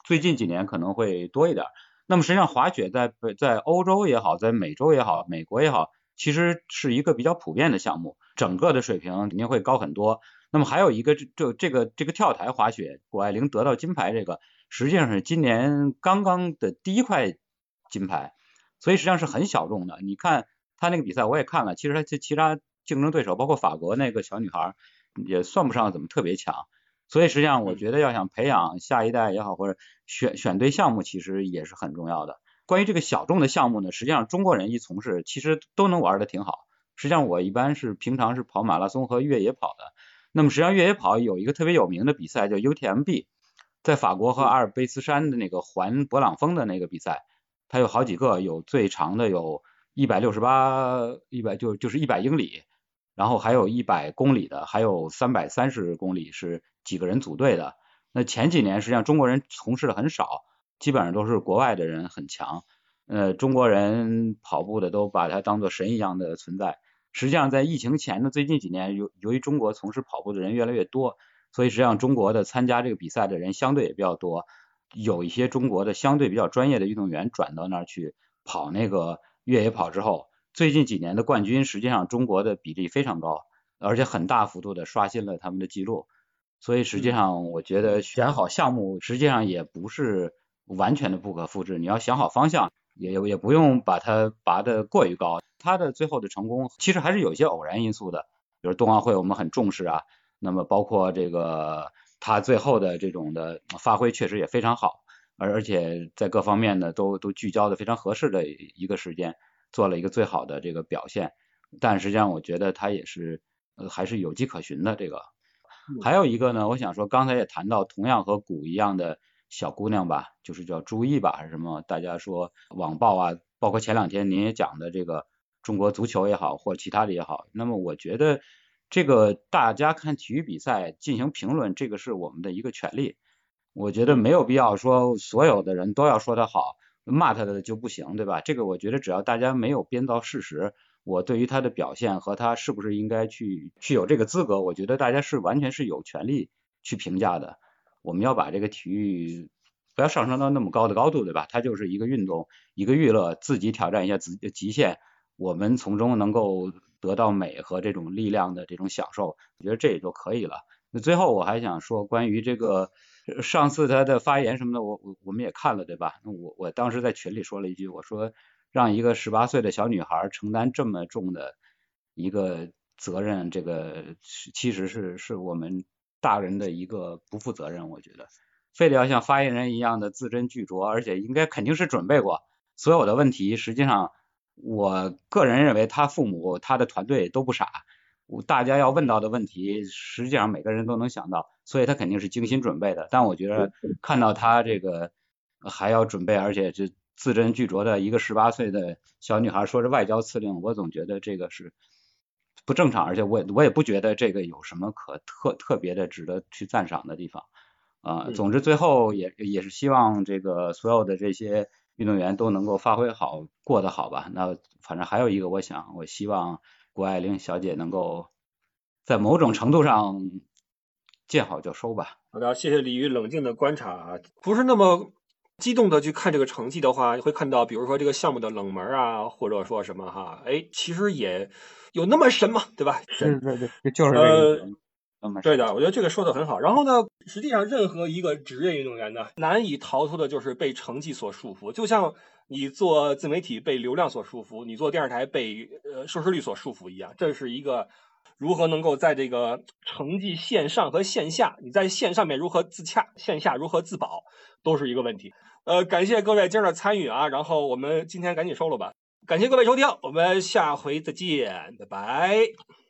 最近几年可能会多一点。那么实际上滑雪在在欧洲也好，在美洲也好，美国也好，其实是一个比较普遍的项目，整个的水平肯定会高很多。那么还有一个这这这个这个跳台滑雪，谷爱凌得到金牌，这个实际上是今年刚刚的第一块金牌，所以实际上是很小众的。你看他那个比赛我也看了，其实他其他竞争对手包括法国那个小女孩也算不上怎么特别强。所以实际上我觉得要想培养下一代也好，或者选选对项目其实也是很重要的。关于这个小众的项目呢，实际上中国人一从事其实都能玩的挺好。实际上我一般是平常是跑马拉松和越野跑的。那么实际上越野跑有一个特别有名的比赛叫 U T M B， 在法国和阿尔卑斯山的那个环勃朗峰的那个比赛，它有好几个，有最长的有一百六十八 一百就就是一百英里，然后还有一百公里的，还有三百三十公里是几个人组队的。那前几年实际上中国人从事的很少，基本上都是国外的人很强。呃，中国人跑步的都把它当作神一样的存在。实际上在疫情前的最近几年，由由于中国从事跑步的人越来越多，所以实际上中国的参加这个比赛的人相对也比较多，有一些中国的相对比较专业的运动员转到那儿去跑那个越野跑之后，最近几年的冠军实际上中国的比例非常高，而且很大幅度的刷新了他们的记录。所以实际上我觉得选好项目实际上也不是完全的不可复制，你要想好方向，也也不用把它拔得过于高。他的最后的成功其实还是有一些偶然因素的，比如冬奥会我们很重视啊，那么包括这个他最后的这种的发挥确实也非常好，而而且在各方面呢都都聚焦的非常合适的一个时间，做了一个最好的这个表现。但实际上我觉得他也是呃还是有迹可循的这个。还有一个呢，我想说刚才也谈到同样和谷一样的小姑娘吧，就是叫朱毅吧还是什么，大家说网暴啊，包括前两天您也讲的这个中国足球也好或其他的也好，那么我觉得这个大家看体育比赛进行评论，这个是我们的一个权利，我觉得没有必要说所有的人都要说他好，骂他的就不行，对吧？这个我觉得只要大家没有编造事实，我对于他的表现和他是不是应该去去有这个资格，我觉得大家是完全是有权利去评价的。我们要把这个体育不要上升到那么高的高度，对吧？它就是一个运动，一个娱乐，自己挑战一下自己的极限，我们从中能够得到美和这种力量的这种享受，我觉得这也就可以了。那最后我还想说关于这个上次他的发言什么的，我我我们也看了，对吧？我我当时在群里说了一句，我说让一个十八岁的小女孩承担这么重的一个责任，这个其实是是我们大人的一个不负责任，我觉得非得要像发言人一样的字斟句酌，而且应该肯定是准备过所有的问题。实际上我个人认为他父母他的团队都不傻，大家要问到的问题实际上每个人都能想到，所以他肯定是精心准备的。但我觉得看到他这个还要准备，而且这字斟句酌的一个十八岁的小女孩说是外交辞令，我总觉得这个是不正常，而且我也我也不觉得这个有什么可特特别的值得去赞赏的地方啊、呃。总之最后也也是希望这个所有的这些运动员都能够发挥好，过得好吧。那反正还有一个，我想我希望谷爱凌小姐能够在某种程度上见好就收吧。 好的，谢谢李宇冷静的观察，不是那么激动的去看这个成绩的话，你会看到比如说这个项目的冷门啊，或者说什么哈，哎，其实也有那么神嘛，对吧？神， 对对对，就是这个意思。 呃、对的，我觉得这个说的很好。然后呢，实际上任何一个职业运动员呢，难以逃脱的就是被成绩所束缚。就像你做自媒体被流量所束缚，你做电视台被呃收视率所束缚一样，这是一个如何能够在这个成绩线上和线下，你在线上面如何自洽，线下如何自保，都是一个问题。呃，感谢各位今儿的参与啊，然后我们今天赶紧收了吧。感谢各位收听，我们下回再见，拜拜。